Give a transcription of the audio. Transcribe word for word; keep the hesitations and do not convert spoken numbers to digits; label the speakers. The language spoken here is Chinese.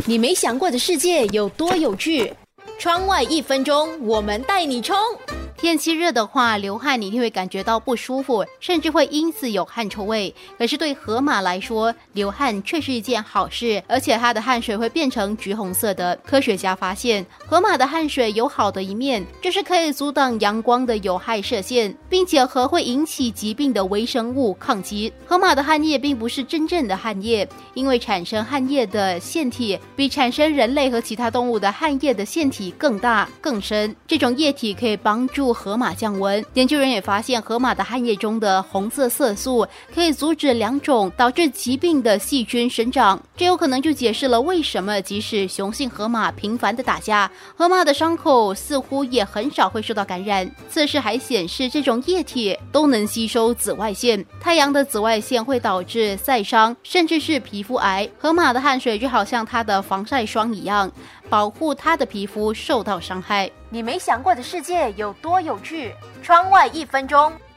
Speaker 1: 你没想过的世界有多有趣？窗外一分钟，我们带你冲！
Speaker 2: 天气热的话，流汗你一定会感觉到不舒服，甚至会因此有汗臭味。可是对河马来说，流汗却是一件好事，而且它的汗水会变成橘红色的。科学家发现，河马的汗水有好的一面，就是可以阻挡阳光的有害射线，并且和会引起疾病的微生物抗击。河马的汗液并不是真正的汗液，因为产生汗液的腺体比产生人类和其他动物的汗液的腺体更大更深，这种液体可以帮助河马降温。研究人也发现，河马的汗液中的红色色素可以阻止两种导致疾病的细菌生长，这有可能就解释了为什么即使雄性河马频繁的打架，河马的伤口似乎也很少会受到感染。测试还显示，这种液体都能吸收紫外线，太阳的紫外线会导致晒伤，甚至是皮肤癌。河马的汗水就好像它的防晒霜一样，保护它的皮肤受到伤害。
Speaker 1: 你没想过的世界有多有趣？窗外一分钟。